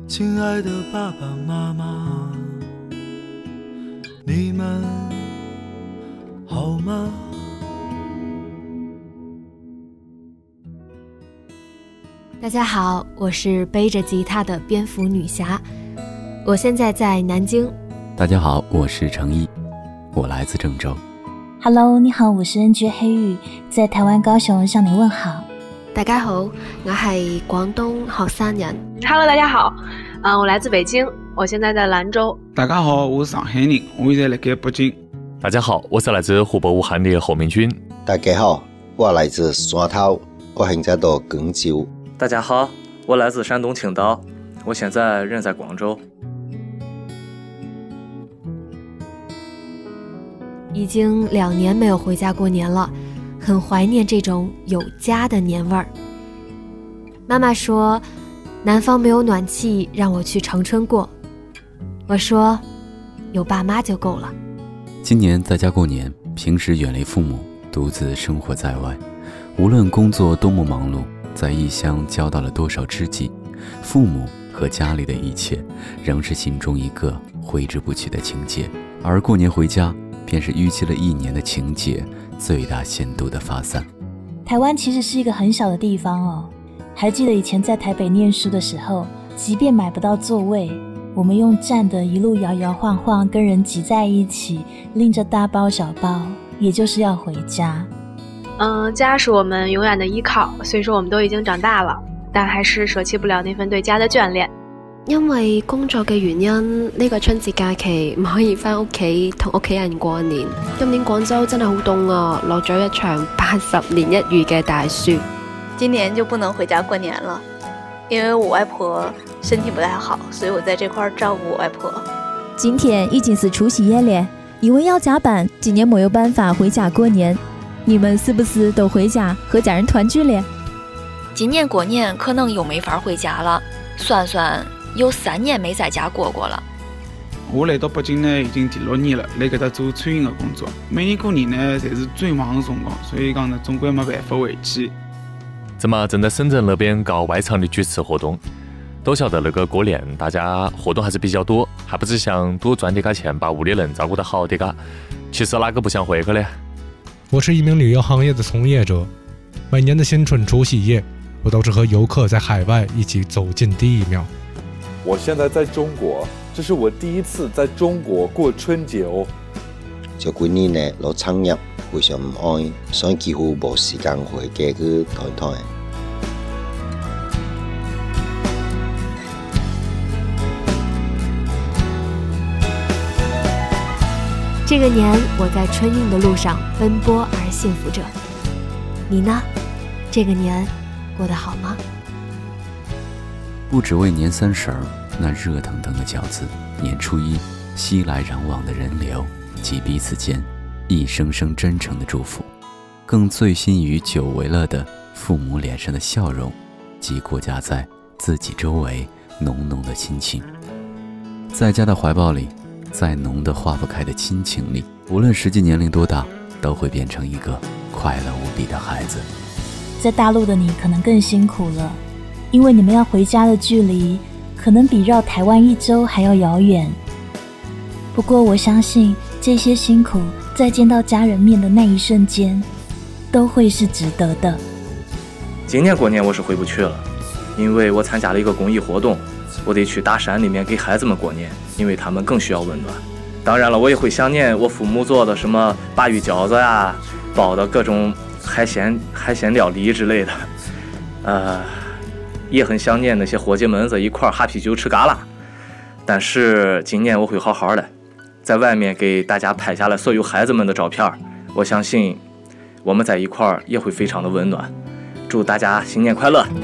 亲爱的爸爸妈妈，你们好吗？ 大家好，我是背着吉他的蝙蝠女侠，我现在在南京。 大家好，我是程毅，我来自郑州。 Hello， 你好，我是 NG 黑羽，在台湾高雄向你问好。 大家好，我係廣東學生人。 Hello， 大家好，我来自北京，我现在在兰州。 大家好，我是上海人，我现在在北京。 大家好，我是来自湖北武汉的侯明军。 大家好，我来自山头，我现在到广州。 大家好，我来自山东青岛，我现在人在广州。 已经2年没有回家过年了，很怀念这种有家的年味儿。妈妈说南方没有暖气，让我去长春过。我说有爸妈就够了。 今年在家过年，平时远离父母，独自生活在外，无论工作多么忙碌，在异乡交到了多少知己，父母和家里的一切仍是心中一个挥之不去的情结。而过年回家便是淤积了1年的情结最大限度的发散。 台湾其实是一个很小的地方哦，还记得以前在台北念书的时候，即便买不到座位，我们用站的一路摇摇晃晃跟人挤在一起，拎着大包小包，也就是要回家。 家是我们永远的依靠，虽说我们都已經長大了，但還是捨棄不了那份對家的眷戀。 因為工作嘅原因，呢個春節假期唔可以返屋企同屋企人過年。今年廣州真係好凍啊，落咗一場80年一遇嘅大雪。 今年就不能回家過年了，因為我外婆身體不太好，所以我在這塊照顧我外婆。 今天已經是除夕夜了，因為要加班，今年沒有辦法回家過年。你們是不是都回家和家人團聚了？ 今年過年可能又沒法回家了，算算有3年沒在家過了。 我來到北京呢，已經第6年了，來搿搭做餐飲的工作。每年過年呢，侪是最忙的辰光，所以講呢，總歸沒辦法回去。 怎麼正在深圳那邊搞外場的舉措活動？都曉得那個過年大家活動還是比較多，還不只想多賺點個錢，把屋裡人照顧得好點個。其實哪個不想回去呢？ 我是一名旅遊行業的從業者，每年的新春除夕夜，我都是和遊客在海外一起走進第一廟。 我現在在中國，這是我第一次在中國過春節哦。 這幾年呢，落產業非常唔安，所以幾乎冇時間回家去團團。 這個年，我在春運的路上奔波而幸福着。你呢？這個年過得好嗎？ 不只為年30那熱騰騰的餃子，年初一熙來攘往的人流及彼此間一聲聲真誠的祝福，更醉心於久違了的父母臉上的笑容及裹挾在自己周圍濃濃的親情。在家的懷抱裡，再濃的化不開的親情裡，無論實際年齡多大，都會變成一個快樂無比的孩子。 在大陸的你可能更辛苦了，因為你們要回家的距離可能比繞台灣1周還要遙遠。不過我相信這些辛苦在見到家人面的那一瞬間都會是值得的。 今年過年我是回不去了，因為我參加了一個公益活動，我得去大山裡面給孩子們過年，因為他們更需要溫暖。當然了，我也會想念我父母做的什麼鮑魚餃子呀，包的各種海鮮料理之類的，也很想念那些伙計們在一塊哈啤酒吃嘎啦。但是今年我會好好的，在外面給大家拍下來所有孩子們的照片，我相信我們在一塊也會非常的溫暖。祝大家新年快樂！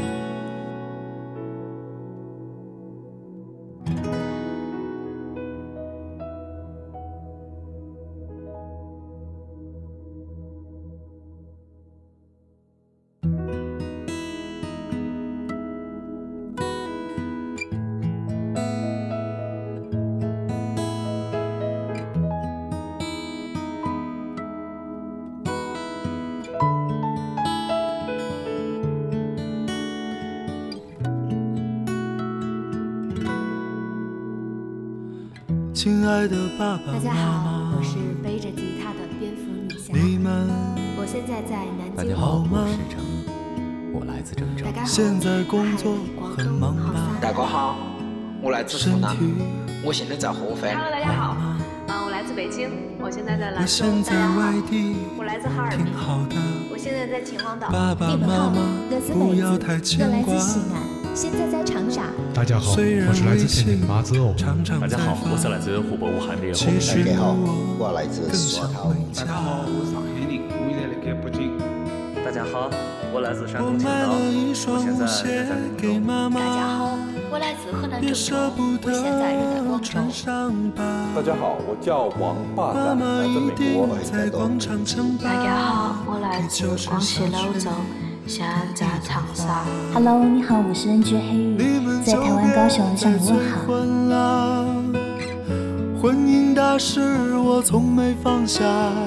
亲爱的爸爸大家妈好， 妈， 我是背着吉他的蝙蝠女侠。 你们我现在在南京。 大家好，我是程毅，我来自郑州。 大家好， 现在工作很忙吧？ 大哥好，我来自湖南，我现在在合肥。 Hello， 大家好，我来自北京，我现在在兰州。 大家好， 我来自哈尔滨，我现在在秦皇岛。 爸爸妈妈，不要太牵挂。 现在在长沙。 大家好，我是来自天津马子哦。 大家好，我是来自湖北武汉的大家好，我来自沙头。 大家好，我是上海人，我现在在北京。 大家好，我来自山东青岛，我现在在郑州。 大家好，我来自河南郑州，我现在人在广州。 大家好，我叫王霸占，来自美国。 大家好，我来自广西柳州，现在长沙。 Hello， 你好，我是 NJ 黑羽，在台湾高雄向你问好。 婚姻大事我从没放下，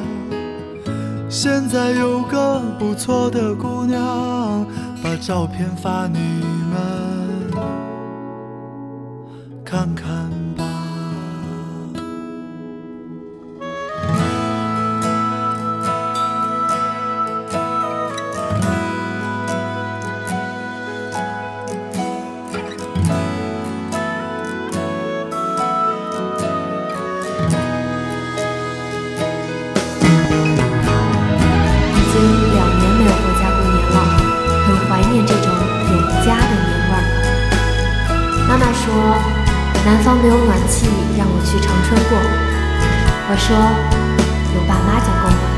现在有个不错的姑娘，把照片发你们看看吧。 妈妈说南方没有暖气，让我去长春过。我说有爸妈就够了。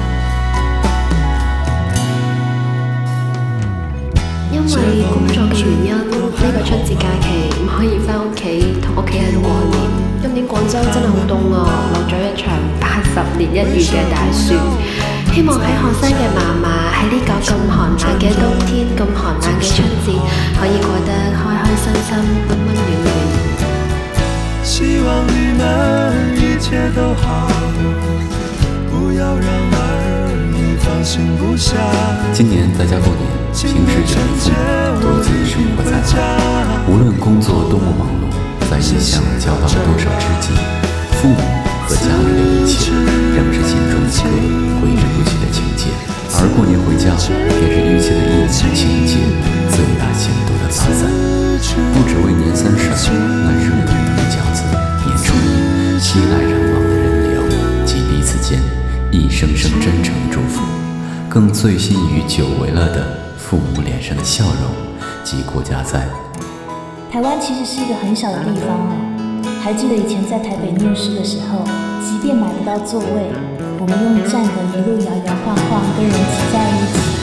因為工作嘅原因，呢個春節假期唔可以返屋企同屋企人過年。今年廣州真係好凍啊，落咗一場80年一遇嘅大雪。希望喺學生嘅嫲嫲喺呢個咁寒冷嘅冬天、咁寒冷嘅春節，可以過得開開心心、溫溫暖暖。 希望你們一切都好，不要讓兒女放心不下。 今年在家過年，平時遠離父母，獨自生活在外。無論工作多麼忙碌，在異鄉交到了多少知己，父母和家裏的一切，仍是心中一個揮之不去的情結。而過年回家，便是一切的意義情結最大限度的發散。不只為年30那熱騰騰的餃子，年初一熙來攘往的人流及彼此間一聲聲真誠祝福，更醉心於久違了的父母臉上的笑容及國家在。 台灣其實是一個很小的地方啊，還記得以前在台北念書的時候，即便買不到座位，我們用站的一路搖搖晃晃跟人擠在一起。